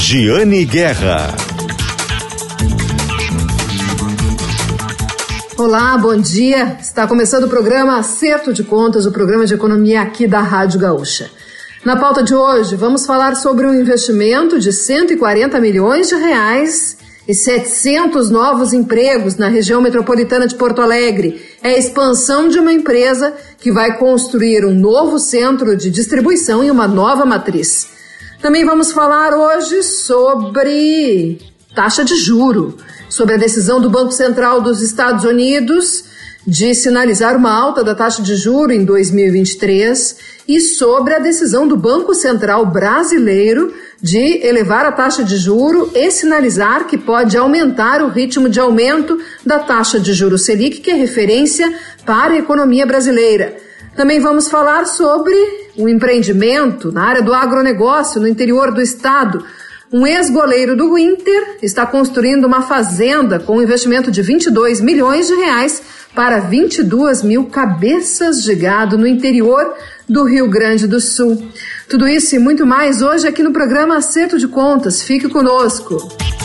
Giane Guerra. Olá, bom dia. Está começando o programa Acerto de Contas, o programa de economia aqui da Rádio Gaúcha. Na pauta de hoje, vamos falar sobre um investimento de 140 milhões de reais e 700 novos empregos na região metropolitana de Porto Alegre. É a expansão de uma empresa que vai construir um novo centro de distribuição e uma nova matriz. Também vamos falar hoje sobre taxa de juro, sobre a decisão do Banco Central dos Estados Unidos de sinalizar uma alta da taxa de juro em 2023 e sobre a decisão do Banco Central brasileiro de elevar a taxa de juro e sinalizar que pode aumentar o ritmo de aumento da taxa de juro Selic, que é referência para a economia brasileira. Também vamos falar sobre um empreendimento na área do agronegócio no interior do estado. Um ex-goleiro do Inter está construindo uma fazenda com um investimento de 22 milhões de reais para 22 mil cabeças de gado no interior do Rio Grande do Sul. Tudo isso e muito mais hoje aqui no programa Acerto de Contas. Fique conosco.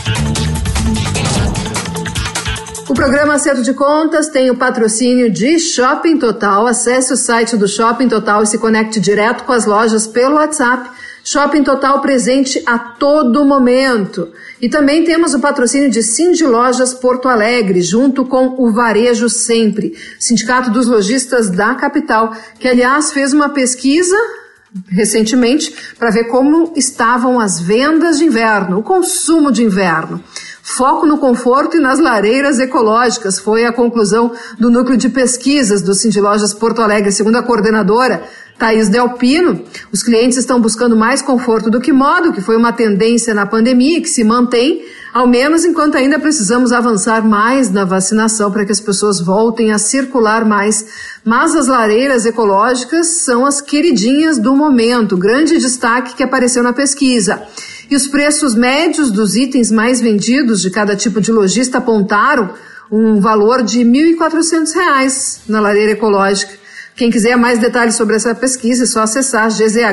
O programa Acerto de Contas tem o patrocínio de Shopping Total. Acesse o site do Shopping Total e se conecte direto com as lojas pelo WhatsApp. Shopping Total presente a todo momento. E também temos o patrocínio de Cindy Lojas Porto Alegre, junto com o Varejo Sempre, Sindicato dos Lojistas da capital, que aliás fez uma pesquisa recentemente para ver como estavam as vendas de inverno, o consumo de inverno. Foco no conforto e nas lareiras ecológicas foi a conclusão do núcleo de pesquisas do Cindy Lojas Porto Alegre. Segundo a coordenadora Thaís Delpino, os clientes estão buscando mais conforto do que moda, que foi uma tendência na pandemia e que se mantém, ao menos enquanto ainda precisamos avançar mais na vacinação para que as pessoas voltem a circular mais. Mas as lareiras ecológicas são as queridinhas do momento, grande destaque que apareceu na pesquisa. E os preços médios dos itens mais vendidos de cada tipo de lojista apontaram um valor de R$ 1.400 na lareira ecológica. Quem quiser mais detalhes sobre essa pesquisa é só acessar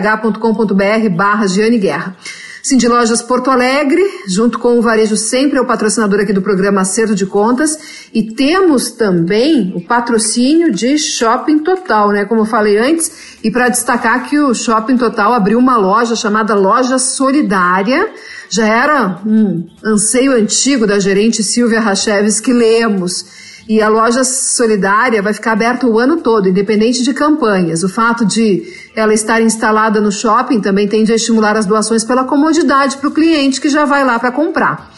gzh.com.br/Giane Guerra. Cindy Lojas Porto Alegre, junto com o Varejo Sempre, é o patrocinador aqui do programa Acerto de Contas. E temos também o patrocínio de Shopping Total, né? Como eu falei antes, e para destacar que o Shopping Total abriu uma loja chamada Loja Solidária. Já era um anseio antigo da gerente Silvia Rachevski Lemos. E a loja solidária vai ficar aberta o ano todo, independente de campanhas. O fato de ela estar instalada no shopping também tende a estimular as doações pela comodidade para o cliente que já vai lá para comprar.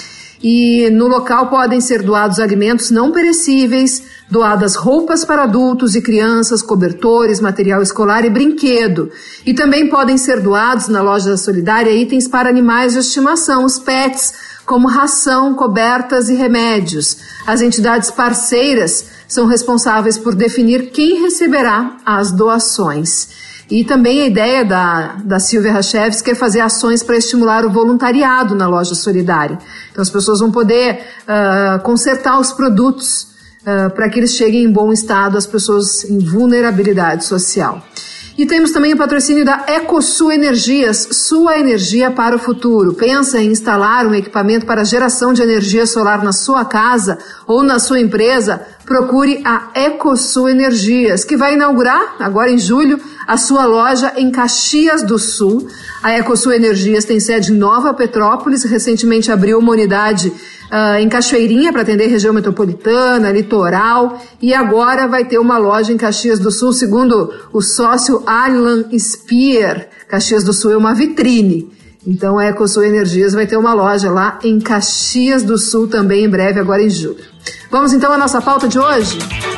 E no local podem ser doados alimentos não perecíveis, doadas roupas para adultos e crianças, cobertores, material escolar e brinquedo. E também podem ser doados na loja solidária itens para animais de estimação, os pets, como ração, cobertas e remédios. As entidades parceiras são responsáveis por definir quem receberá as doações. E também a ideia da Silvia Rachevski é fazer ações para estimular o voluntariado na loja solidária. Então as pessoas vão poder consertar os produtos para que eles cheguem em bom estado às pessoas em vulnerabilidade social. E temos também o patrocínio da EcoSul Energias, sua energia para o futuro. Pensa em instalar um equipamento para geração de energia solar na sua casa ou na sua empresa? Procure a EcoSul Energias, que vai inaugurar, agora em julho, a sua loja em Caxias do Sul. A EcoSul Energias tem sede em Nova Petrópolis, recentemente abriu uma unidade em Cachoeirinha para atender região metropolitana, litoral, e agora vai ter uma loja em Caxias do Sul, segundo o sócio Alan Spear. Caxias do Sul é uma vitrine. Então a EcoSul Energias vai ter uma loja lá em Caxias do Sul também em breve, agora em julho. Vamos então à nossa pauta de hoje?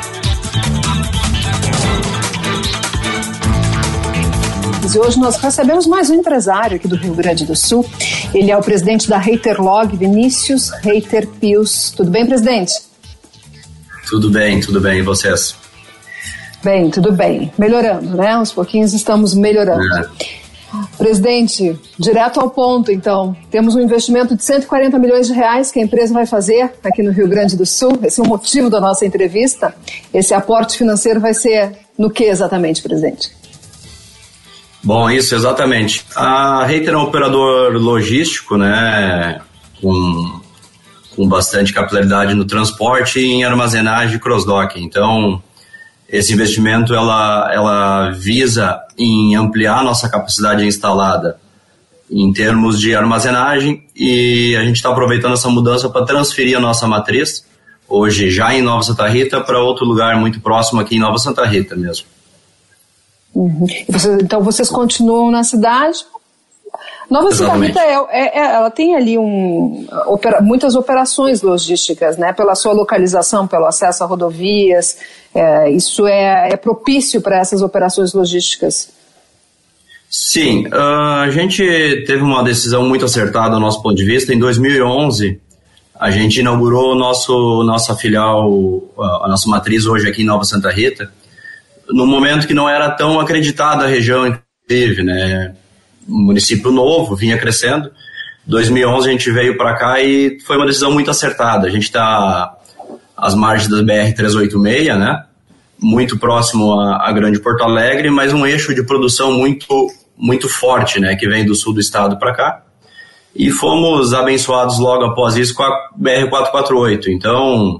E hoje nós recebemos mais um empresário aqui do Rio Grande do Sul. Ele é o presidente da Reiterlog, Vinícius Reiter Pius. Tudo bem, presidente? Tudo bem, e vocês? Bem, tudo bem. Melhorando, né? Uns pouquinhos estamos melhorando. Presidente, direto ao ponto, então. Temos um investimento de 140 milhões de reais que a empresa vai fazer aqui no Rio Grande do Sul. Esse é o motivo da nossa entrevista. Esse aporte financeiro vai ser no que exatamente, presidente? Bom, isso, exatamente. A Reiter é um operador logístico, né, com bastante capilaridade no transporte e em armazenagem e cross-dock. Então, esse investimento ela visa em ampliar a nossa capacidade instalada em termos de armazenagem, e a gente está aproveitando essa mudança para transferir a nossa matriz, hoje já em Nova Santa Rita, para outro lugar muito próximo aqui em Nova Santa Rita mesmo. Uhum. Então vocês continuam na cidade? Nova Santa Rita ela tem ali muitas operações logísticas, né? Pela sua localização, pelo acesso a rodovias, isso é propício para essas operações logísticas? Sim, a gente teve uma decisão muito acertada do nosso ponto de vista. Em 2011, a gente inaugurou nossa filial, a nossa matriz hoje aqui em Nova Santa Rita, num momento que não era tão acreditada a região, inclusive, né? Um município novo, vinha crescendo. Em 2011 a gente veio para cá e foi uma decisão muito acertada. A gente está às margens da BR-386, né? Muito próximo à Grande Porto Alegre, mas um eixo de produção muito forte, né? Que vem do sul do estado para cá. E fomos abençoados logo após isso com a BR-448. Então,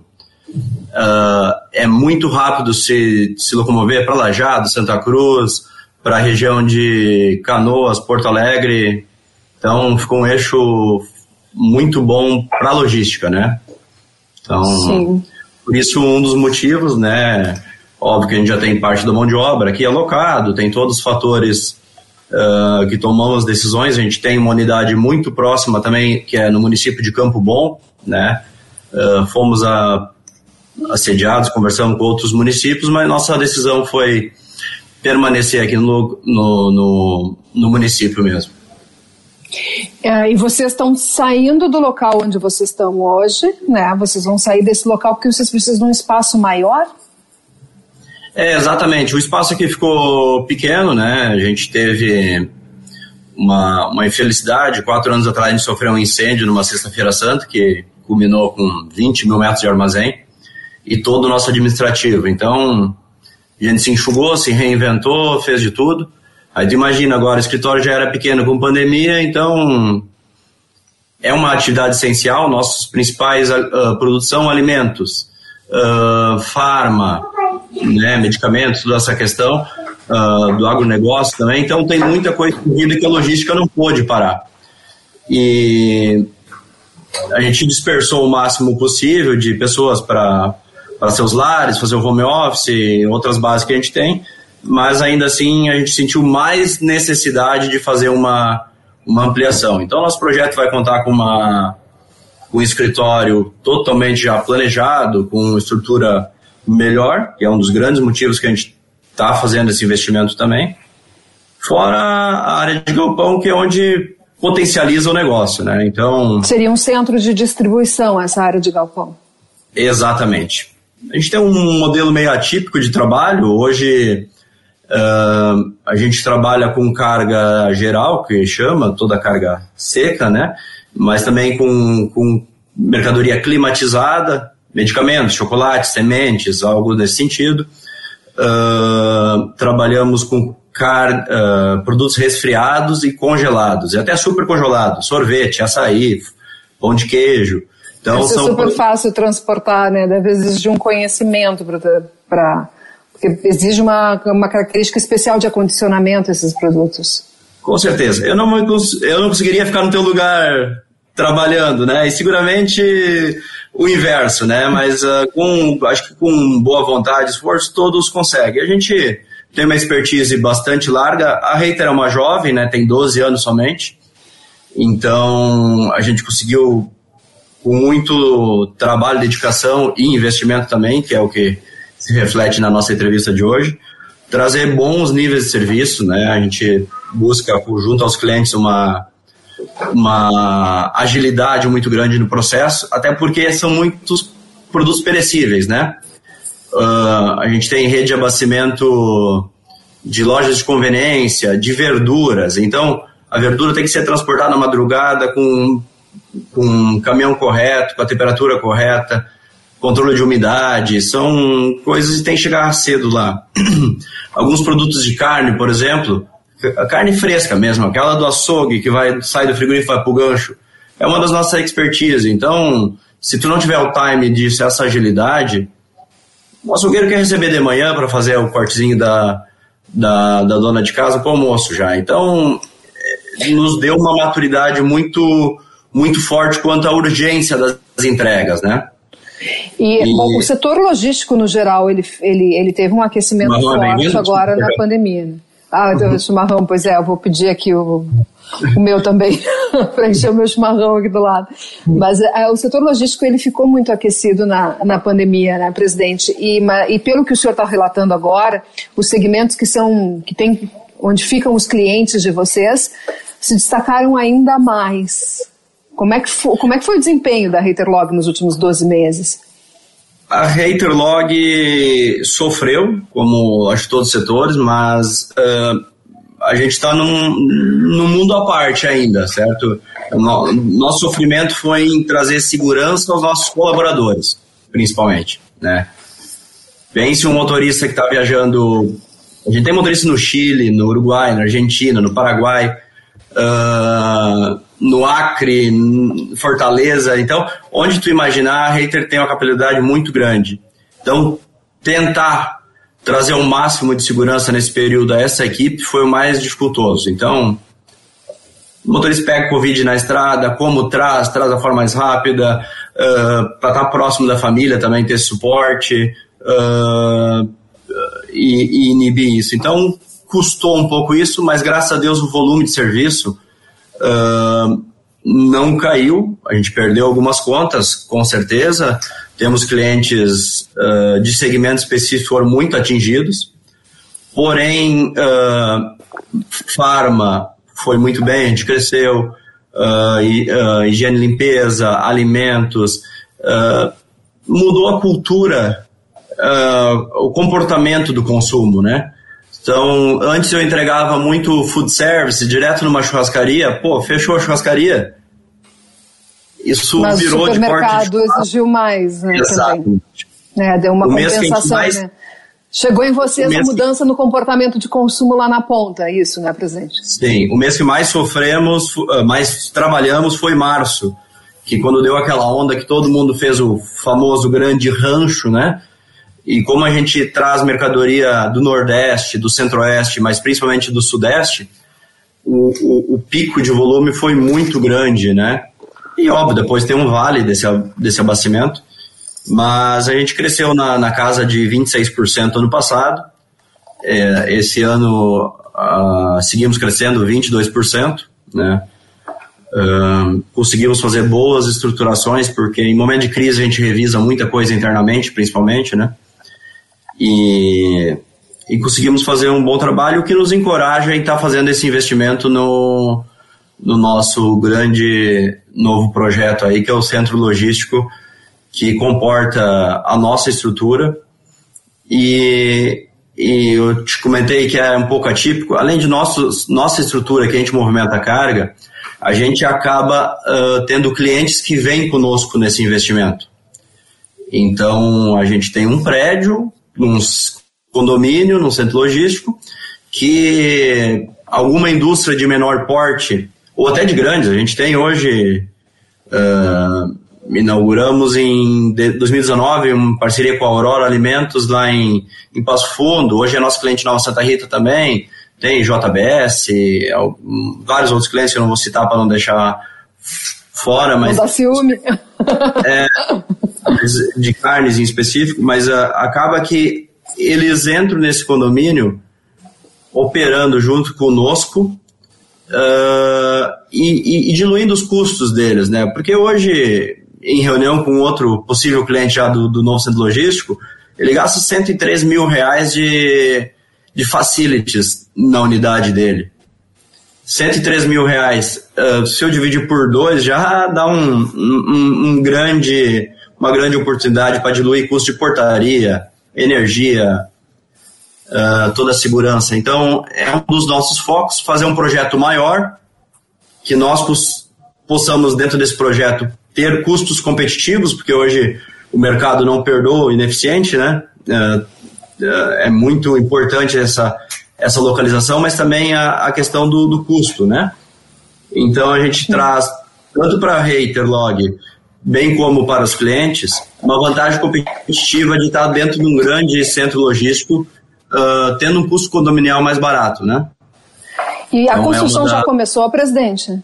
é muito rápido se locomover para Lajeado, Santa Cruz, para a região de Canoas, Porto Alegre. Então, ficou um eixo muito bom para a logística, né? Então, sim. Por isso, um dos motivos, né? Óbvio que a gente já tem parte da mão de obra aqui alocado, tem todos os fatores que tomamos decisões. A gente tem uma unidade muito próxima também, que é no município de Campo Bom, né? Fomos assediados, conversamos com outros municípios, mas nossa decisão foi permanecer aqui no município mesmo. E vocês estão saindo do local onde vocês estão hoje, né? Vocês vão sair desse local porque vocês precisam de um espaço maior? Exatamente. O espaço aqui ficou pequeno, né? A gente teve uma infelicidade. 4 anos atrás a gente sofreu um incêndio numa Sexta-feira Santa, que culminou com 20 mil metros de armazém e todo o nosso administrativo. Então, a gente se enxugou, se reinventou, fez de tudo. Aí tu imagina agora, o escritório já era pequeno com pandemia, então é uma atividade essencial. Nossos principais produtos são alimentos, farma, né, medicamentos, toda essa questão do agronegócio também. Então tem muita coisa corrida que a logística não pôde parar. E a gente dispersou o máximo possível de pessoas para seus lares, fazer o home office, outras bases que a gente tem, mas ainda assim a gente sentiu mais necessidade de fazer uma ampliação. Então nosso projeto vai contar com um escritório totalmente já planejado, com estrutura melhor, que é um dos grandes motivos que a gente está fazendo esse investimento também, fora a área de galpão, que é onde potencializa o negócio, né? Então, seria um centro de distribuição essa área de galpão? Exatamente. A gente tem um modelo meio atípico de trabalho. Hoje a gente trabalha com carga geral, que chama, toda a carga seca, né? Mas também com mercadoria climatizada, medicamentos, chocolates, sementes, algo nesse sentido. Trabalhamos com produtos resfriados e congelados, e até super congelados, sorvete, açaí, pão de queijo. Então, isso é super fácil transportar, né? Deve exigir um conhecimento porque exige uma característica especial de acondicionamento esses produtos. Com certeza. Eu não conseguiria ficar no teu lugar trabalhando, né? E seguramente o inverso, né? Mas acho que com boa vontade, esforço, todos conseguem. A gente tem uma expertise bastante larga. A Reiter é uma jovem, né? Tem 12 anos somente. Então, a gente conseguiu, com muito trabalho, dedicação e investimento também, que é o que se reflete na nossa entrevista de hoje, trazer bons níveis de serviço, né? A gente busca, junto aos clientes, uma agilidade muito grande no processo, até porque são muitos produtos perecíveis, né? A gente tem rede de abastecimento de lojas de conveniência, de verduras. Então, a verdura tem que ser transportada na madrugada com um caminhão correto, com a temperatura correta, controle de umidade, são coisas que tem que chegar cedo lá. Alguns produtos de carne, por exemplo, a carne fresca mesmo, aquela do açougue que sai do frigorífico e vai pro gancho, é uma das nossas expertise. Então, se tu não tiver o time disso, essa agilidade, o açougueiro quer receber de manhã para fazer o cortezinho da dona de casa pro almoço já. Então, nos deu uma maturidade muito, muito forte quanto à urgência das entregas, né? Bom, o setor logístico, no geral, ele teve um aquecimento forte agora na pandemia. Né? O chimarrão, pois é, eu vou pedir aqui o meu também, para encher o meu chimarrão aqui do lado. Mas o setor logístico, ele ficou muito aquecido na pandemia, né, presidente? E pelo que o senhor está relatando agora, os segmentos onde ficam os clientes de vocês se destacaram ainda mais. Como é que foi o desempenho da Haterlog nos últimos 12 meses? A Haterlog sofreu, como acho que todos os setores, mas a gente está num mundo à parte ainda, certo? Nosso sofrimento foi em trazer segurança aos nossos colaboradores, principalmente, né? Pense um motorista que está viajando... A gente tem motorista no Chile, no Uruguai, na Argentina, no Paraguai, no Acre, Fortaleza. Então, onde tu imaginar, a Hater tem uma capilaridade muito grande. Então, tentar trazer o máximo de segurança nesse período a essa equipe foi o mais dificultoso. Então, o motorista pega Covid na estrada, como traz da forma mais rápida, para estar próximo da família também, ter suporte e inibir isso. Então, custou um pouco isso, mas graças a Deus o volume de serviço não caiu. A gente perdeu algumas contas, com certeza. Temos clientes de segmentos específicos que foram muito atingidos. Porém, farma foi muito bem, a gente cresceu. Higiene e limpeza, alimentos. Mudou a cultura, o comportamento do consumo, né? Então, antes eu entregava muito food service direto numa churrascaria. Fechou a churrascaria. Isso mas virou de porte de... Mas o supermercado exigiu mais, né? Exato. Deu uma compensação, né? Chegou em vocês a mudança no comportamento de consumo lá na ponta, isso, né, presidente? Sim, o mês que mais sofremos, mais trabalhamos foi março, que quando deu aquela onda que todo mundo fez o famoso grande rancho, né? E como a gente traz mercadoria do Nordeste, do Centro-Oeste, mas principalmente do Sudeste, o pico de volume foi muito grande, né? E óbvio, depois tem um vale desse abastecimento, mas a gente cresceu na casa de 26% ano passado. Esse ano seguimos crescendo 22%, né? Conseguimos fazer boas estruturações, porque em momento de crise a gente revisa muita coisa internamente, principalmente, né? E conseguimos fazer um bom trabalho, o que nos encoraja em estar fazendo esse investimento no nosso grande novo projeto aí, que é o Centro Logístico, que comporta a nossa estrutura. E eu te comentei que é um pouco atípico. Além de nossa estrutura, que a gente movimenta a carga, a gente acaba tendo clientes que vêm conosco nesse investimento. Então, a gente tem um prédio, um condomínio, num centro logístico, que alguma indústria de menor porte, ou até de grandes, a gente tem hoje, inauguramos em 2019 uma parceria com a Aurora Alimentos lá em Passo Fundo. Hoje é nosso cliente Nova Santa Rita também, tem JBS, vários outros clientes que eu não vou citar para não deixar fora, mas... Não dá ciúme. De carnes em específico, mas acaba que eles entram nesse condomínio operando junto conosco e diluindo os custos deles, né? Porque hoje, em reunião com outro possível cliente já do novo centro logístico, ele gasta R$103 mil de facilities na unidade dele. R$103 mil, se eu dividir por 2, já dá uma grande oportunidade para diluir custo de portaria, energia, toda a segurança. Então, é um dos nossos focos, fazer um projeto maior, que nós possamos, dentro desse projeto, ter custos competitivos, porque hoje o mercado não perdoa o ineficiente, né? É muito importante essa localização, mas também a questão do custo, né? Então a gente traz, tanto para a Reiterlog, bem como para os clientes, uma vantagem competitiva de estar dentro de um grande centro logístico, tendo um custo condominial mais barato, né? E a construção já começou, presidente?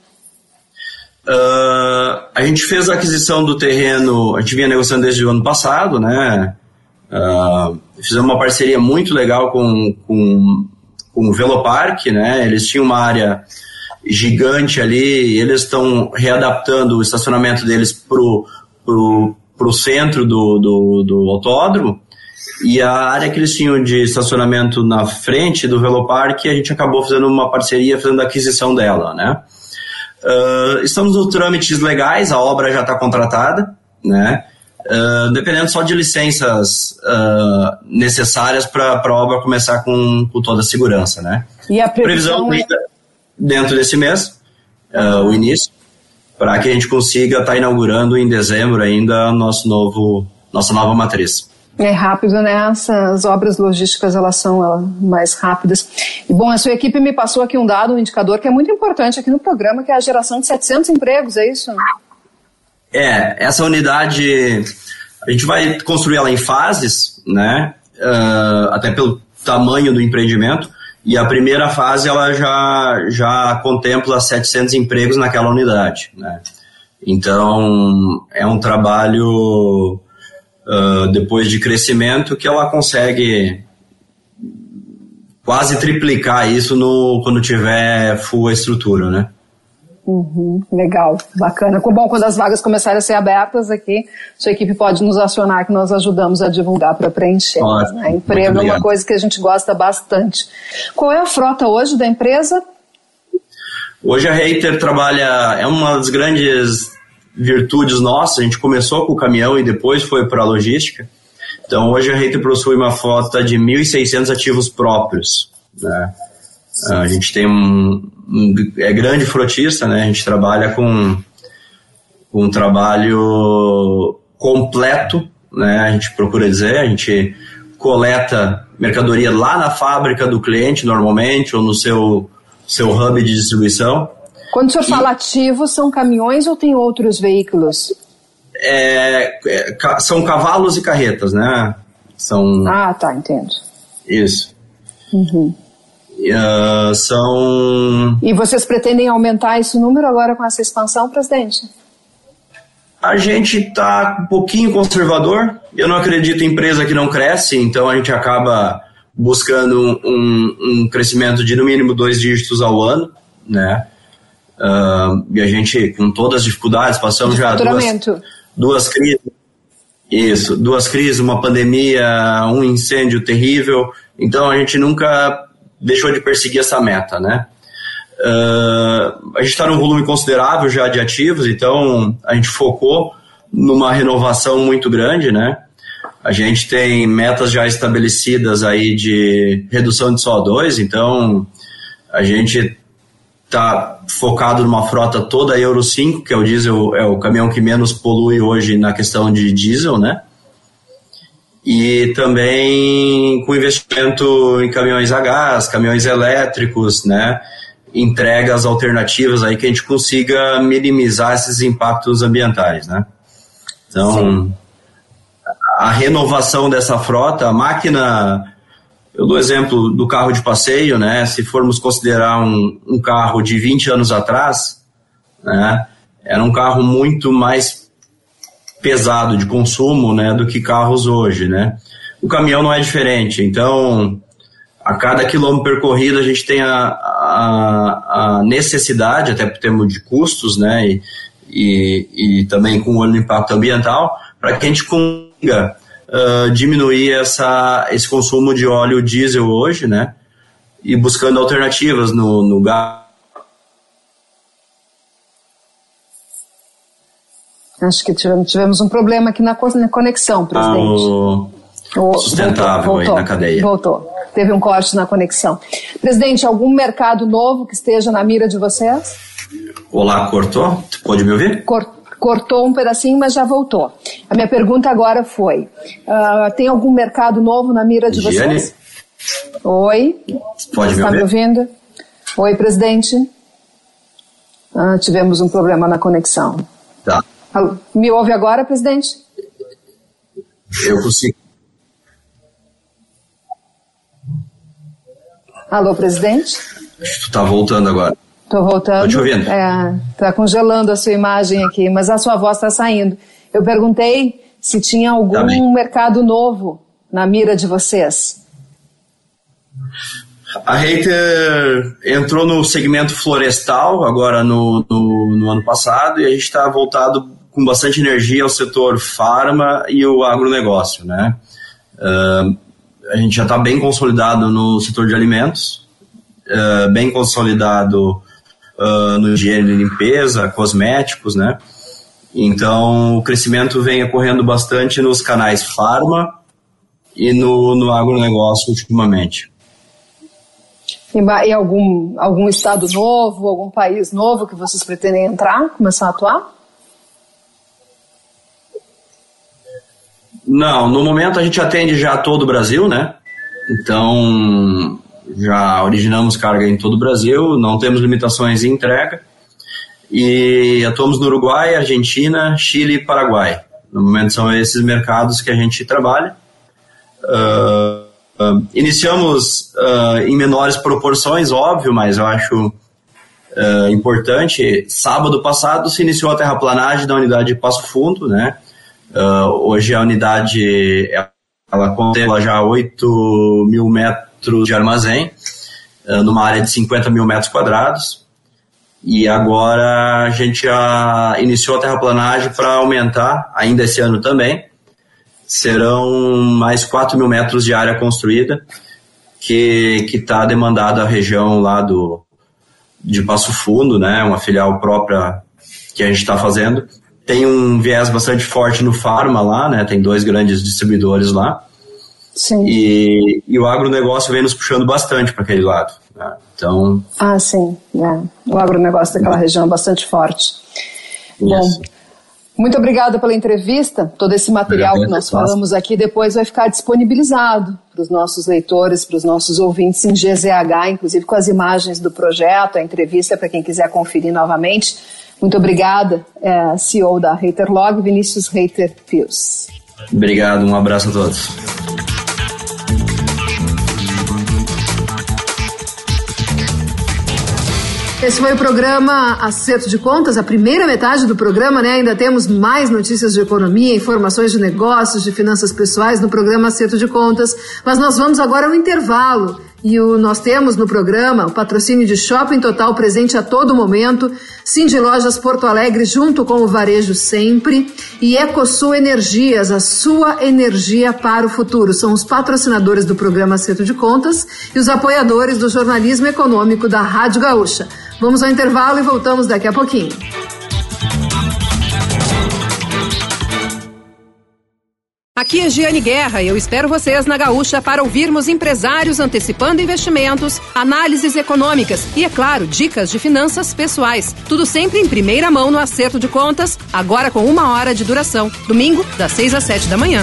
A gente fez a aquisição do terreno, a gente vinha negociando desde o ano passado, né? Fizemos uma parceria muito legal com o Velopark, né? Eles tinham uma área gigante ali, eles estão readaptando o estacionamento deles pro centro do autódromo, e a área que eles tinham de estacionamento na frente do Velopark, a gente acabou fazendo uma parceria, fazendo a aquisição dela, né? Estamos nos trâmites legais, a obra já está contratada, né? Dependendo só de licenças necessárias para a obra começar com toda a segurança, né? E a previsão dentro desse mês, o início, para que a gente consiga estar inaugurando em dezembro ainda nossa nova matriz. É rápido, né? Essas obras logísticas, elas são mais rápidas. E, bom, a sua equipe me passou aqui um indicador que é muito importante aqui no programa, que é a geração de 700 empregos, é isso? Essa unidade, a gente vai construir ela em fases, né? Até pelo tamanho do empreendimento, e a primeira fase ela já contempla 700 empregos naquela unidade, né? Então, é um trabalho... depois de crescimento, que ela consegue quase triplicar isso quando tiver full a estrutura, né? Legal, bacana. Bom, quando as vagas começarem a ser abertas aqui, sua equipe pode nos acionar, que nós ajudamos a divulgar para preencher. Né? Emprego é uma coisa que a gente gosta bastante. Qual é a frota hoje da empresa? Hoje a Reiter trabalha, é uma das grandes virtudes nossas. A gente começou com o caminhão e depois foi para a logística. Então hoje a Reiter possui uma frota de 1.600 ativos próprios, né? A gente tem é grande frotista, né? A gente trabalha com um trabalho completo, né? A gente procura dizer, a gente coleta mercadoria lá na fábrica do cliente normalmente, ou no seu hub de distribuição. Quando o senhor fala ativos, são caminhões ou tem outros veículos? São cavalos e carretas, né? Tá, entendo. Isso. E vocês pretendem aumentar esse número agora com essa expansão, presidente? A gente está um pouquinho conservador. Eu não acredito em empresa que não cresce, então a gente acaba buscando um crescimento de no mínimo 2 dígitos ao ano, né? E a gente, com todas as dificuldades, passamos já duas crises. Isso, 2 crises, uma pandemia, um incêndio terrível. Então a gente nunca deixou de perseguir essa meta, né? A gente está num volume considerável já de ativos, então a gente focou numa renovação muito grande, né? A gente tem metas já estabelecidas aí de redução de CO2, então a gente está focado numa frota toda Euro 5, que é o diesel, é o caminhão que menos polui hoje na questão de diesel, né? E também com investimento em caminhões a gás, caminhões elétricos, né? Entregas alternativas aí que a gente consiga minimizar esses impactos ambientais, né? Então, sim, a renovação dessa frota, a máquina, eu dou exemplo do carro de passeio, né? Se formos considerar um carro de 20 anos atrás, né? Era um carro muito mais pesado de consumo, né, do que carros hoje, né? O caminhão não é diferente, então a cada quilômetro percorrido a gente tem a necessidade, até por termos de custos, né, e também com o olho no impacto ambiental, para que a gente consiga diminuir esse consumo de óleo diesel hoje, né, e buscando alternativas no gás. Acho que tivemos um problema aqui na conexão, presidente. Sustentável voltou, aí na cadeia. Voltou. Teve um corte na conexão. Presidente, algum mercado novo que esteja na mira de vocês? Olá, cortou? Pode me ouvir? Cortou um pedacinho, mas já voltou. A minha pergunta agora foi, tem algum mercado novo na mira de vocês? Oi, pode está me ouvindo? Oi, presidente. Tivemos um problema na conexão. Tá. Me ouve agora, presidente? Eu consigo. Alô, presidente? Acho que tu tá voltando agora. Estou voltando. Tô te ouvindo. Tá congelando a sua imagem aqui, mas a sua voz está saindo. Eu perguntei se tinha algum mercado novo na mira de vocês. A Reiter entrou no segmento florestal agora no ano passado, e a gente está voltado com bastante energia ao setor farma e o agronegócio, né? A gente já está bem consolidado no setor de alimentos, bem consolidado no higiene e limpeza, cosméticos, né? Então o crescimento vem ocorrendo bastante nos canais farma e no agronegócio ultimamente. E algum estado novo, algum país novo que vocês pretendem entrar, começar a atuar? Não, no momento a gente atende já todo o Brasil, né? Então já originamos carga em todo o Brasil, não temos limitações em entrega e atuamos no Uruguai, Argentina, Chile e Paraguai. No momento são esses mercados que a gente trabalha. Iniciamos em menores proporções, óbvio, mas eu acho importante. Sábado passado se iniciou a terraplanagem da unidade de Passo Fundo, né? Hoje a unidade ela contempla já 8 mil metros de armazém, numa área de 50 mil metros quadrados, e agora a gente já iniciou a terraplanagem para aumentar, ainda esse ano também. Serão mais 4 mil metros de área construída, que está demandada a região lá de Passo Fundo, né, uma filial própria que a gente está fazendo. Tem um viés bastante forte no farma lá, né, tem 2 grandes distribuidores lá. Sim. E o agronegócio vem nos puxando bastante para aquele lado, né? Então... sim. O agronegócio daquela região é bastante forte. Isso. Bom, muito obrigada pela entrevista. Todo esse material que nós falamos aqui depois vai ficar disponibilizado para os nossos leitores, para os nossos ouvintes em GZH, inclusive com as imagens do projeto, a entrevista para quem quiser conferir novamente. Muito obrigada, CEO da ReiterLog, Vinícius Reiter Pius. Obrigado, um abraço a todos. Esse foi o programa Acerto de Contas, a primeira metade do programa, né? Ainda temos mais notícias de economia, informações de negócios, de finanças pessoais no programa Acerto de Contas, mas nós vamos agora ao intervalo. E nós temos no programa o patrocínio de Shopping Total presente a todo momento, Cindy Lojas Porto Alegre junto com o Varejo Sempre e Ecosul Energias, a sua energia para o futuro. São os patrocinadores do programa Acerto de Contas e os apoiadores do jornalismo econômico da Rádio Gaúcha. Vamos ao intervalo e voltamos daqui a pouquinho. Aqui é Giane Guerra e eu espero vocês na Gaúcha para ouvirmos empresários antecipando investimentos, análises econômicas e, é claro, dicas de finanças pessoais. Tudo sempre em primeira mão no Acerto de Contas, agora com 1 hora de duração. Domingo, das 6 às 7 da manhã.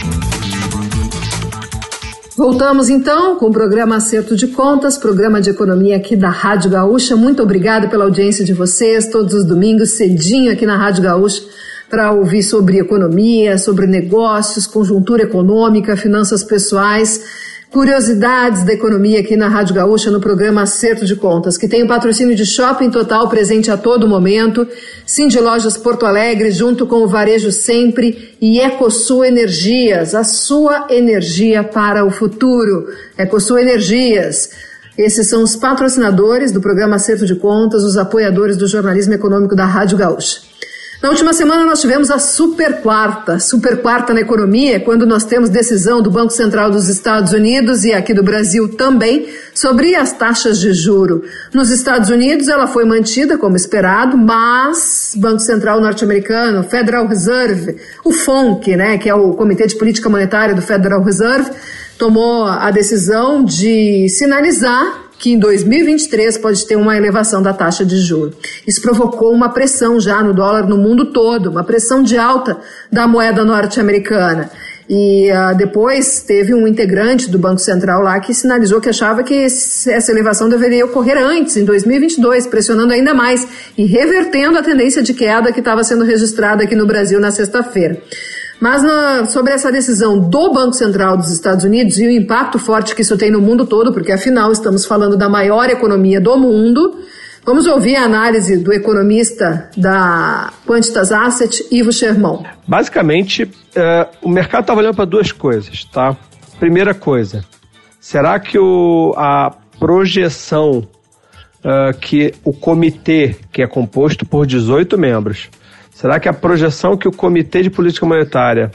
Voltamos então com o programa Acerto de Contas, programa de economia aqui da Rádio Gaúcha. Muito obrigada pela audiência de vocês, todos os domingos, cedinho aqui na Rádio Gaúcha, para ouvir sobre economia, sobre negócios, conjuntura econômica, finanças pessoais, curiosidades da economia aqui na Rádio Gaúcha, no programa Acerto de Contas, que tem o patrocínio de Shopping Total presente a todo momento, Cindy Lojas Porto Alegre, junto com o Varejo Sempre e Ecosul Energias, a sua energia para o futuro. Ecosul Energias. Esses são os patrocinadores do programa Acerto de Contas, os apoiadores do jornalismo econômico da Rádio Gaúcha. Na última semana nós tivemos a super quarta na economia, quando nós temos decisão do Banco Central dos Estados Unidos e aqui do Brasil também sobre as taxas de juro. Nos Estados Unidos ela foi mantida como esperado, mas Banco Central norte-americano, Federal Reserve, o FONC, né, que é o Comitê de Política Monetária do Federal Reserve, tomou a decisão de sinalizar que em 2023 pode ter uma elevação da taxa de juros. Isso provocou uma pressão já no dólar no mundo todo, uma pressão de alta da moeda norte-americana. E depois teve um integrante do Banco Central lá que sinalizou que achava que essa elevação deveria ocorrer antes, em 2022, pressionando ainda mais e revertendo a tendência de queda que estava sendo registrada aqui no Brasil na sexta-feira. Mas sobre essa decisão do Banco Central dos Estados Unidos e o impacto forte que isso tem no mundo todo, porque afinal estamos falando da maior economia do mundo, vamos ouvir a análise do economista da Quantitas Asset, Ivo Sherman. Basicamente, o mercado estava olhando para duas coisas, tá? Primeira coisa, será que a projeção que o comitê, que é composto por 18 membros, será que a projeção que o Comitê de Política Monetária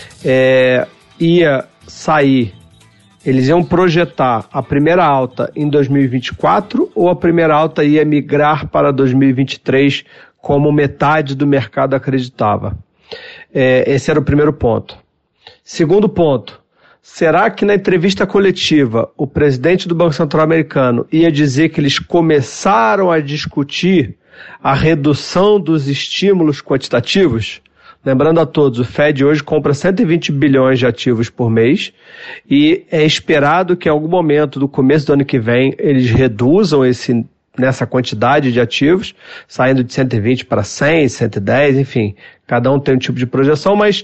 ia sair, eles iam projetar a primeira alta em 2024 ou a primeira alta ia migrar para 2023 como metade do mercado acreditava? Esse era o primeiro ponto. Segundo ponto, será que na entrevista coletiva o presidente do Banco Central americano ia dizer que eles começaram a discutir a redução dos estímulos quantitativos? Lembrando a todos, o Fed hoje compra 120 bilhões de ativos por mês e é esperado que em algum momento do começo do ano que vem eles reduzam nessa quantidade de ativos, saindo de 120 para 100, 110, enfim, cada um tem um tipo de projeção, mas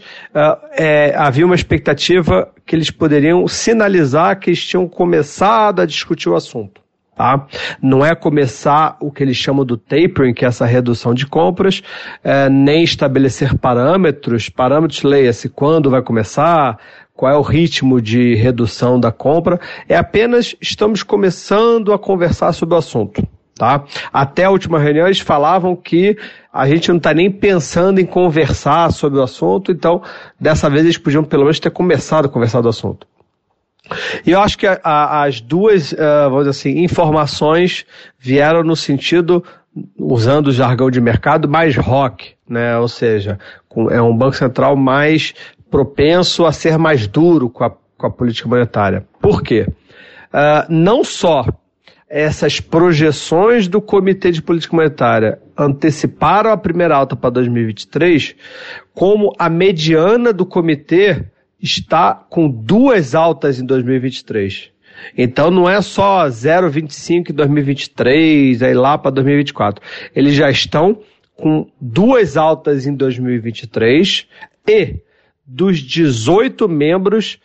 havia uma expectativa que eles poderiam sinalizar que eles tinham começado a discutir o assunto. Tá? Não é começar o que eles chamam do tapering, que é essa redução de compras, nem estabelecer parâmetros leia-se quando vai começar, qual é o ritmo de redução da compra, é apenas estamos começando a conversar sobre o assunto. Tá? Até a última reunião eles falavam que a gente não está nem pensando em conversar sobre o assunto, então dessa vez eles podiam pelo menos ter começado a conversar do assunto. E eu acho que as duas, vamos dizer assim, informações vieram no sentido, usando o jargão de mercado, mais rock, né? Ou seja, é um Banco Central mais propenso a ser mais duro com a política monetária. Por quê? Não só essas projeções do Comitê de Política Monetária anteciparam a primeira alta para 2023, como a mediana do comitê está com duas altas em 2023. Então não é só 0,25 em 2023, aí lá para 2024. Eles já estão com duas altas em 2023 e dos 18 membros,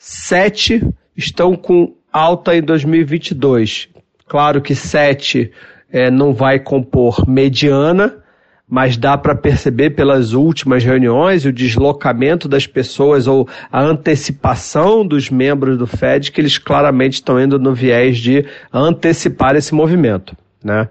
7 estão com alta em 2022. Claro que 7 não vai compor mediana, mas dá para perceber pelas últimas reuniões o deslocamento das pessoas ou a antecipação dos membros do Fed que eles claramente estão indo no viés de antecipar esse movimento, né?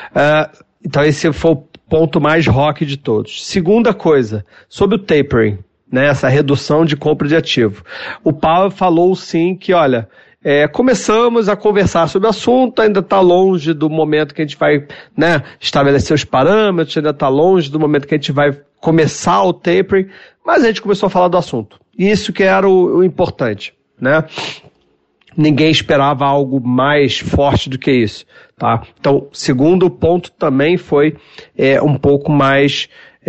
Então esse foi o ponto mais rock de todos. Segunda coisa, sobre o tapering, né, essa redução de compra de ativo. O Powell falou sim que, olha, começamos a conversar sobre o assunto, ainda está longe do momento que a gente vai, né, estabelecer os parâmetros, ainda está longe do momento que a gente vai começar o tapering, mas a gente começou a falar do assunto. Isso que era o importante, né? Ninguém esperava algo mais forte do que isso, tá? Então, segundo ponto também foi um pouco mais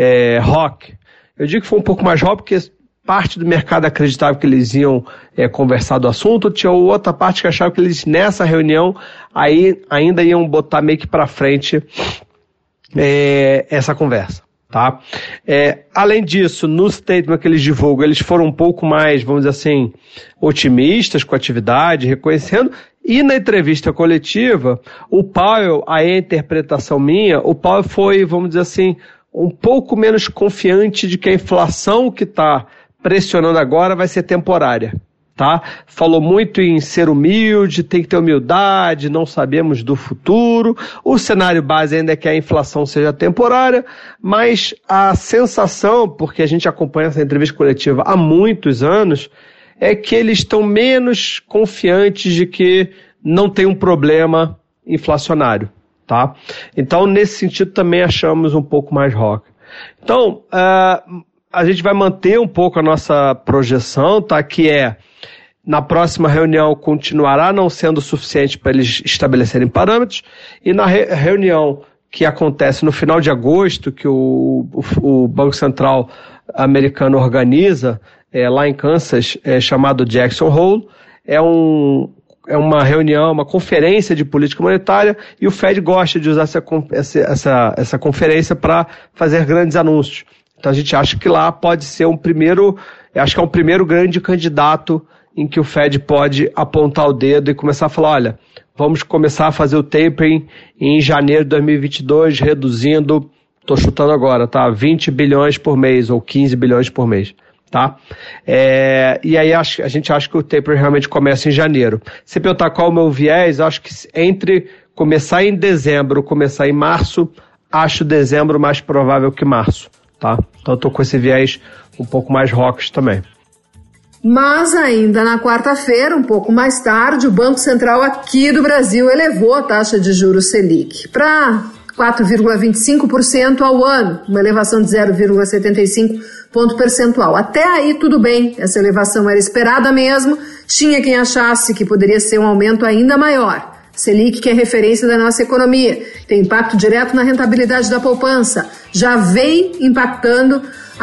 rock. Eu digo que foi um pouco mais rock porque parte do mercado acreditava que eles iam conversar do assunto, tinha outra parte que achava que eles nessa reunião aí ainda iam botar meio que para frente essa conversa, tá? Além disso, no statement que eles divulgam, eles foram um pouco mais, vamos dizer assim, otimistas com a atividade, reconhecendo, e na entrevista coletiva, o Powell, aí a interpretação minha, o Powell foi, vamos dizer assim, um pouco menos confiante de que a inflação que está pressionando agora vai ser temporária, tá? Falou muito em ser humilde, tem que ter humildade, não sabemos do futuro. O cenário base ainda é que a inflação seja temporária, mas a sensação, porque a gente acompanha essa entrevista coletiva há muitos anos, é que eles estão menos confiantes de que não tem um problema inflacionário, tá? Então, nesse sentido, também achamos um pouco mais rock. Então, a gente vai manter um pouco a nossa projeção, tá? Que na próxima reunião continuará não sendo suficiente para eles estabelecerem parâmetros, e na reunião que acontece no final de agosto, que o Banco Central americano organiza, lá em Kansas, chamado Jackson Hole. É uma reunião, uma conferência de política monetária, e o Fed gosta de usar essa conferência para fazer grandes anúncios. Então a gente acha que lá pode ser um primeiro grande candidato em que o Fed pode apontar o dedo e começar a falar, olha, vamos começar a fazer o tapering em janeiro de 2022, reduzindo, estou chutando agora, tá? 20 bilhões por mês ou 15 bilhões por mês. Tá? E aí a gente acha que o taper realmente começa em janeiro. Se perguntar qual é o meu viés, acho que entre começar em dezembro ou começar em março, acho dezembro mais provável que março. Tá? Então eu estou com esse viés um pouco mais hawkish também. Mas ainda na quarta-feira, um pouco mais tarde, o Banco Central aqui do Brasil elevou a taxa de juros Selic para 4,25% ao ano, uma elevação de 0,75 ponto percentual. Até aí tudo bem, essa elevação era esperada mesmo, tinha quem achasse que poderia ser um aumento ainda maior. Selic, que é referência da nossa economia, tem impacto direto na rentabilidade da poupança, já vem impactando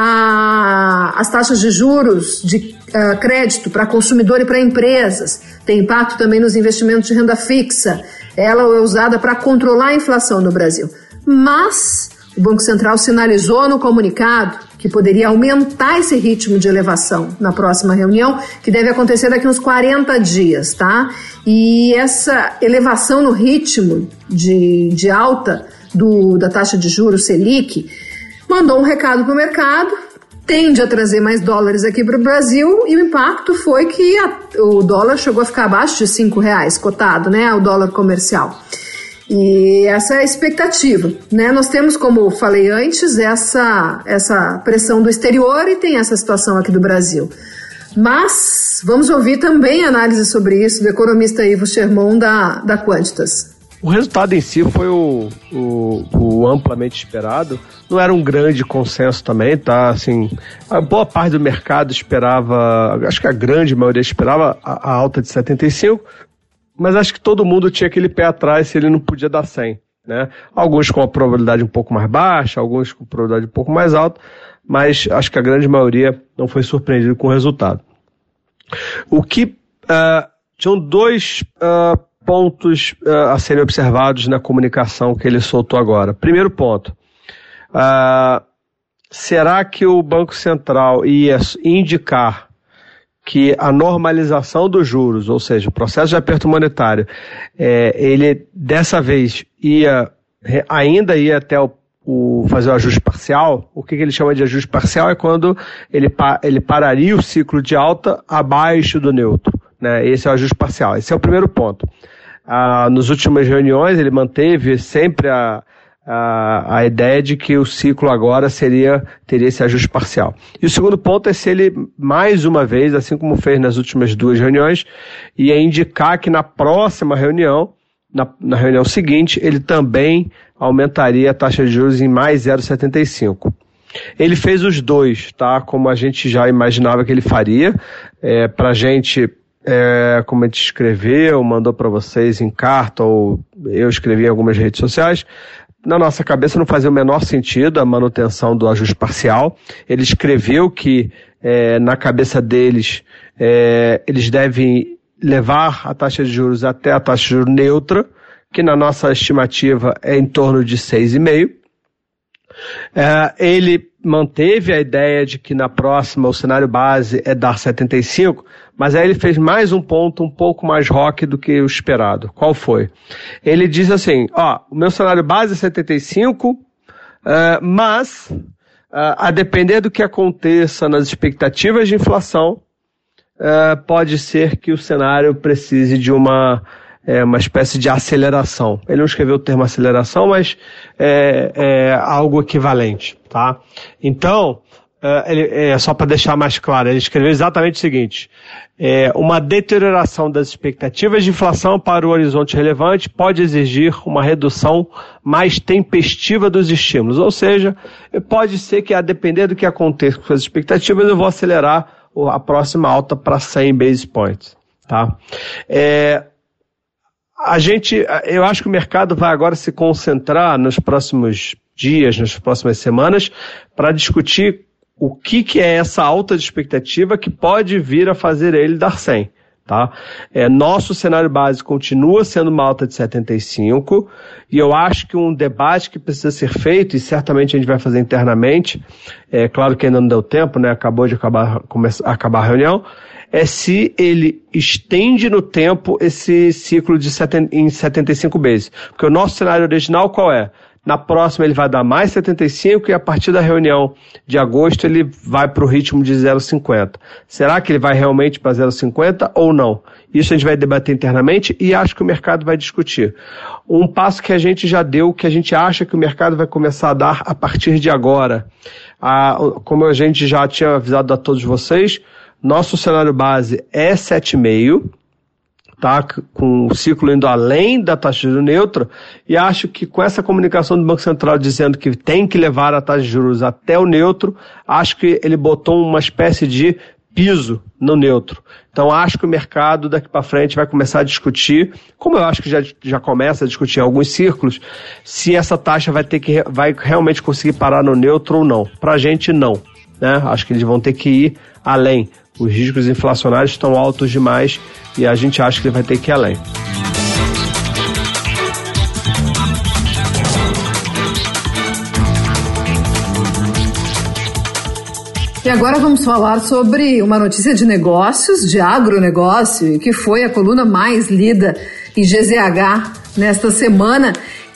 as taxas de juros de crédito para consumidor e para empresas, tem impacto também nos investimentos de renda fixa, ela é usada para controlar a inflação no Brasil. Mas o Banco Central sinalizou no comunicado que poderia aumentar esse ritmo de elevação na próxima reunião, que deve acontecer daqui uns 40 dias, tá? E essa elevação no ritmo de alta da taxa de juros Selic mandou um recado para o mercado, tende a trazer mais dólares aqui para o Brasil, e o impacto foi que o dólar chegou a ficar abaixo de R$5 cotado, né? O dólar comercial. E essa é a expectativa, né? Nós temos, como eu falei antes, essa pressão do exterior e tem essa situação aqui do Brasil. Mas vamos ouvir também análise sobre isso do economista Ivo Sherman da Quantitas. O resultado em si foi o amplamente esperado. Não era um grande consenso também, tá? Assim, a boa parte do mercado esperava, acho que a grande maioria esperava a alta de 75, mas acho que todo mundo tinha aquele pé atrás se ele não podia dar 100, né? Alguns com a probabilidade um pouco mais baixa, alguns com probabilidade um pouco mais alta, mas acho que a grande maioria não foi surpreendido com o resultado. Tinham dois pontos a serem observados na comunicação que ele soltou agora. Primeiro ponto, será que o Banco Central ia indicar que a normalização dos juros, ou seja, o processo de aperto monetário, ele dessa vez ainda ia até fazer o ajuste parcial? O que ele chama de ajuste parcial é quando ele pararia o ciclo de alta abaixo do neutro, né? Esse é o ajuste parcial. Esse é o primeiro ponto. Nas últimas reuniões ele manteve sempre a ideia de que o ciclo agora teria esse ajuste parcial. E o segundo ponto é se ele, mais uma vez, assim como fez nas últimas duas reuniões, ia indicar que na próxima reunião, na reunião seguinte, ele também aumentaria a taxa de juros em mais 0,75. Ele fez os dois, tá? Como a gente já imaginava que ele faria. Pra gente, como a gente escreveu, mandou para vocês em carta, ou eu escrevi em algumas redes sociais, na nossa cabeça não fazia o menor sentido a manutenção do ajuste parcial. Ele escreveu que na cabeça deles eles devem levar a taxa de juros até a taxa de juros neutra, que na nossa estimativa é em torno de 6,5%. Ele manteve a ideia de que na próxima o cenário base é dar 75, mas aí ele fez mais um ponto um pouco mais rock do que o esperado. Qual foi? Ele diz assim, o meu cenário base é 75, mas a depender do que aconteça nas expectativas de inflação, pode ser que o cenário precise de uma espécie de aceleração. Ele não escreveu o termo aceleração, mas é algo equivalente, tá? Então, só para deixar mais claro, ele escreveu exatamente o seguinte: uma deterioração das expectativas de inflação para o horizonte relevante pode exigir uma redução mais tempestiva dos estímulos, ou seja, pode ser que, a depender do que aconteça com as expectativas, eu vou acelerar a próxima alta para 100 basis points, tá? Eu acho que o mercado vai agora se concentrar nos próximos dias, nas próximas semanas, para discutir o que é essa alta de expectativa que pode vir a fazer ele dar 100. Tá? Nosso cenário base continua sendo uma alta de 75 e eu acho que um debate que precisa ser feito, e certamente a gente vai fazer internamente, claro que ainda não deu tempo, né? Acabou de acabar a reunião, é se ele estende no tempo esse ciclo em 75 vezes. Porque o nosso cenário original qual é? Na próxima ele vai dar mais 75 e a partir da reunião de agosto ele vai para o ritmo de 0,50. Será que ele vai realmente para 0,50 ou não? Isso a gente vai debater internamente e acho que o mercado vai discutir. Um passo que a gente já deu, que a gente acha que o mercado vai começar a dar a partir de agora. Como a gente já tinha avisado a todos vocês, nosso cenário base é 7,5. Tá, com o ciclo indo além da taxa de juros neutra, e acho que com essa comunicação do Banco Central dizendo que tem que levar a taxa de juros até o neutro, acho que ele botou uma espécie de piso no neutro. Então acho que o mercado daqui para frente vai começar a discutir, como eu acho que já começa a discutir em alguns círculos, se essa taxa vai realmente conseguir parar no neutro ou não. Para a gente não, né? Acho que eles vão ter que ir além. Os riscos inflacionários estão altos demais e a gente acha que ele vai ter que ir além. E agora vamos falar sobre uma notícia de negócios, de agronegócio, que foi a coluna mais lida em GZH nesta semana,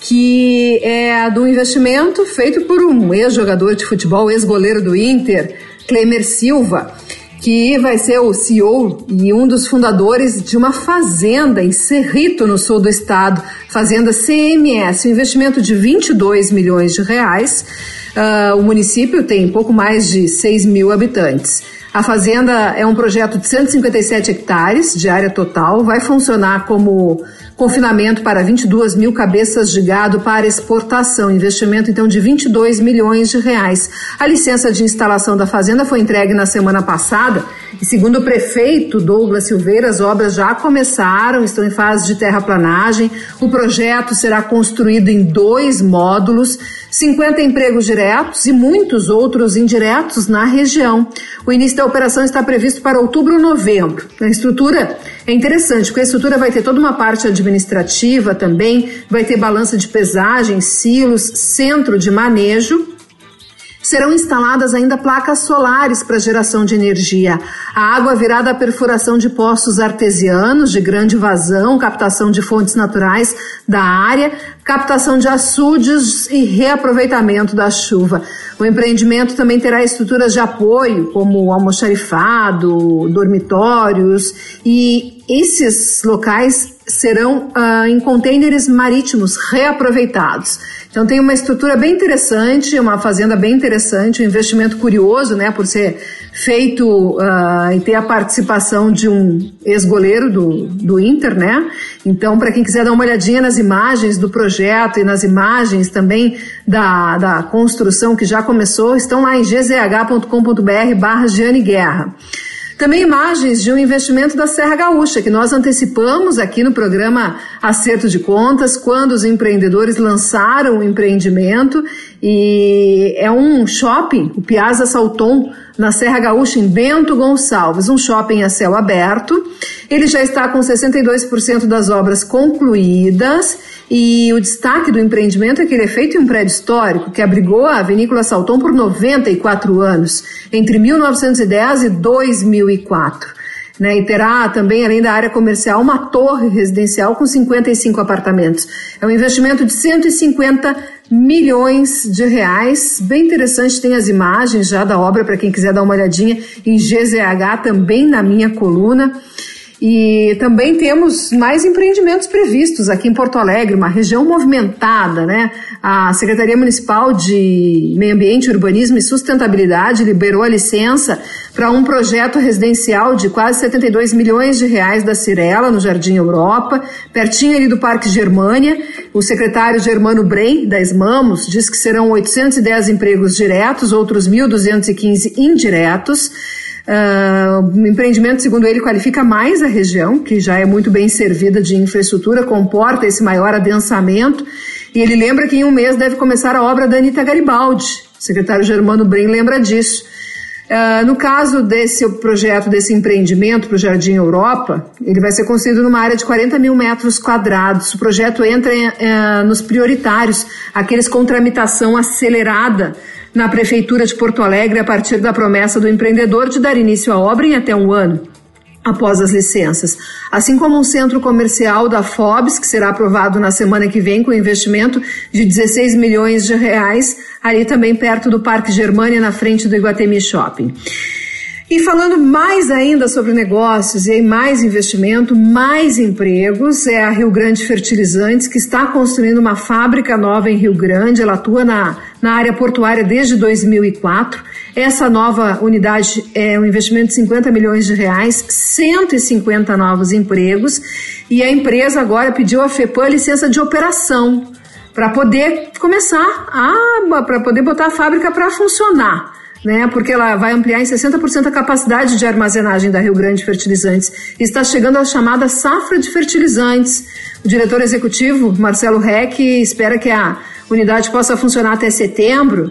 que é do investimento feito por um ex-jogador de futebol, ex-goleiro do Inter, Clemer Silva, que vai ser o CEO e um dos fundadores de uma fazenda em Cerrito, no sul do estado, fazenda CMS, um investimento de 22 milhões de reais. O município tem pouco mais de 6 mil habitantes. A fazenda é um projeto de 157 hectares de área total, vai funcionar como confinamento para 22 mil cabeças de gado para exportação, investimento então de 22 milhões de reais. A licença de instalação da fazenda foi entregue na semana passada e, segundo o prefeito Douglas Silveira, as obras já começaram, estão em fase de terraplanagem. O projeto será construído em 2 módulos, 50 empregos diretos e muitos outros indiretos na região. O início da operação está previsto para outubro ou novembro. A estrutura é interessante, porque a estrutura vai ter toda uma parte administrativa também, vai ter balança de pesagem, silos, centro de manejo. Serão instaladas ainda placas solares para geração de energia. A água virá da perfuração de poços artesianos de grande vazão, captação de fontes naturais da área, captação de açudes e reaproveitamento da chuva. O empreendimento também terá estruturas de apoio, como almoxarifado, dormitórios, e esses locais serão em contêineres marítimos reaproveitados. Então tem uma estrutura bem interessante, uma fazenda bem interessante, um investimento curioso, né, por ser feito e ter a participação de um ex-goleiro do Inter, né? Então, para quem quiser dar uma olhadinha nas imagens do projeto e nas imagens também da construção que já começou, estão lá em gzh.com.br/Giane Guerra. Também imagens de um investimento da Serra Gaúcha, que nós antecipamos aqui no programa Acerto de Contas, quando os empreendedores lançaram o empreendimento, e é um shopping, o Piazza Salton, na Serra Gaúcha, em Bento Gonçalves, um shopping a céu aberto. Ele já está com 62% das obras concluídas, e o destaque do empreendimento é que ele é feito em um prédio histórico que abrigou a Vinícola Salton por 94 anos, entre 1910 e 2004. Né, e terá também, além da área comercial, uma torre residencial com 55 apartamentos. É um investimento de 150 milhões de reais. Bem interessante, tem as imagens já da obra para quem quiser dar uma olhadinha em GZH, também na minha coluna. E também temos mais empreendimentos previstos aqui em Porto Alegre, uma região movimentada, né? A Secretaria Municipal de Meio Ambiente, Urbanismo e Sustentabilidade liberou a licença para um projeto residencial de quase 72 milhões de reais da Cirela, no Jardim Europa, pertinho ali do Parque Germânia. O secretário Germano Brem, da Esmamos, diz que serão 810 empregos diretos, outros 1.215 indiretos. O empreendimento, segundo ele, qualifica mais a região, que já é muito bem servida de infraestrutura, comporta esse maior adensamento, e ele lembra que em um mês deve começar a obra da Anita Garibaldi. O secretário Germano Brem lembra disso. No caso desse projeto, desse empreendimento para o Jardim Europa, ele vai ser construído numa área de 40 mil metros quadrados. O projeto entra nos prioritários, aqueles com tramitação acelerada na Prefeitura de Porto Alegre, a partir da promessa do empreendedor de dar início à obra em até 1 ano. Após as licenças, assim como um centro comercial da Forbes, que será aprovado na semana que vem com investimento de 16 milhões de reais, ali também perto do Parque Germânia, na frente do Iguatemi Shopping. E falando mais ainda sobre negócios e mais investimento, mais empregos, é a Rio Grande Fertilizantes, que está construindo uma fábrica nova em Rio Grande. Ela atua na área portuária desde 2004. Essa nova unidade é um investimento de 50 milhões de reais, 150 novos empregos, e a empresa agora pediu à FEPAM licença de operação para poder começar para poder botar a fábrica para funcionar, né? Porque ela vai ampliar em 60% a capacidade de armazenagem da Rio Grande Fertilizantes. Está chegando a chamada safra de fertilizantes. O diretor executivo, Marcelo Reck, espera que a unidade possa funcionar até setembro.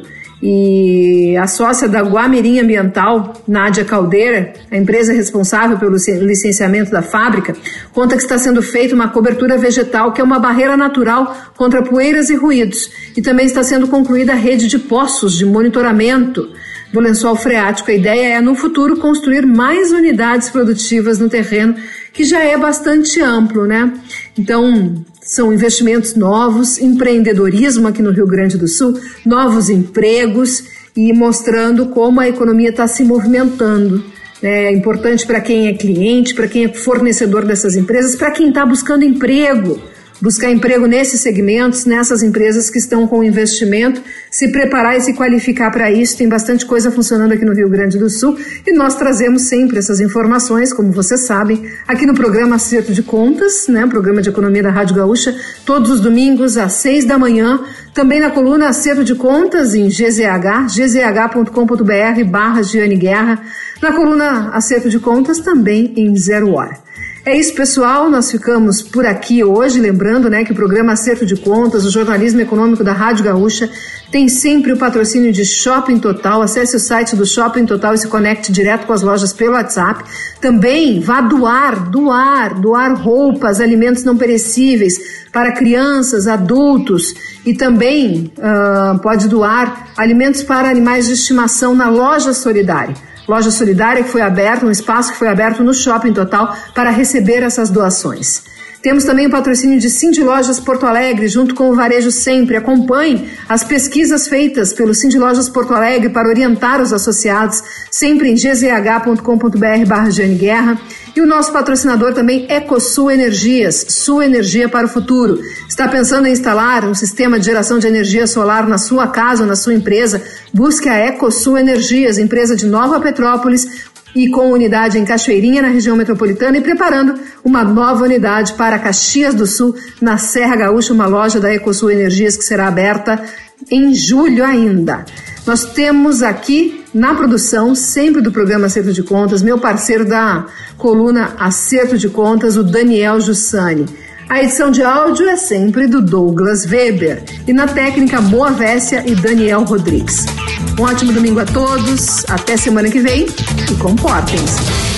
E a sócia da Guamirim Ambiental, Nádia Caldeira, a empresa responsável pelo licenciamento da fábrica, conta que está sendo feita uma cobertura vegetal, que é uma barreira natural contra poeiras e ruídos. E também está sendo concluída a rede de poços de monitoramento do lençol freático. A ideia é, no futuro, construir mais unidades produtivas no terreno, que já é bastante amplo, né? Então, são investimentos novos, empreendedorismo aqui no Rio Grande do Sul, novos empregos e mostrando como a economia está se movimentando. É importante para quem é cliente, para quem é fornecedor dessas empresas, para quem está buscando emprego. Buscar emprego nesses segmentos, nessas empresas que estão com investimento, se preparar e se qualificar para isso. Tem bastante coisa funcionando aqui no Rio Grande do Sul e nós trazemos sempre essas informações, como vocês sabem, aqui no programa Acerto de Contas, né, programa de economia da Rádio Gaúcha, todos os domingos às 6 da manhã, também na coluna Acerto de Contas em gzh.com.br/Giane Guerra, na coluna Acerto de Contas também em 0 hora. É isso, pessoal, nós ficamos por aqui hoje, lembrando, né, que o programa Acerto de Contas, o jornalismo econômico da Rádio Gaúcha, tem sempre o patrocínio de Shopping Total. Acesse o site do Shopping Total e se conecte direto com as lojas pelo WhatsApp. Também vá doar roupas, alimentos não perecíveis para crianças, adultos, e também pode doar alimentos para animais de estimação na Loja Solidária. Loja Solidária que foi aberta, um espaço que foi aberto no Shopping Total para receber essas doações. Temos também o patrocínio de Cindy Lojas Porto Alegre, junto com o Varejo Sempre. Acompanhe as pesquisas feitas pelo Cindy Lojas Porto Alegre para orientar os associados, sempre em gzh.com.br/Giane Guerra. E o nosso patrocinador também, EcoSul Energias, sua energia para o futuro. Está pensando em instalar um sistema de geração de energia solar na sua casa ou na sua empresa? Busque a EcoSul Energias, empresa de Nova Petrópolis, e com unidade em Cachoeirinha, na região metropolitana, e preparando uma nova unidade para Caxias do Sul, na Serra Gaúcha, uma loja da EcoSul Energias que será aberta em julho ainda. Nós temos aqui na produção, sempre do programa Acerto de Contas, meu parceiro da coluna Acerto de Contas, o Daniel Jussani. A edição de áudio é sempre do Douglas Weber e na técnica Boa Vécia e Daniel Rodrigues. Um ótimo domingo a todos, até semana que vem e comportem-se.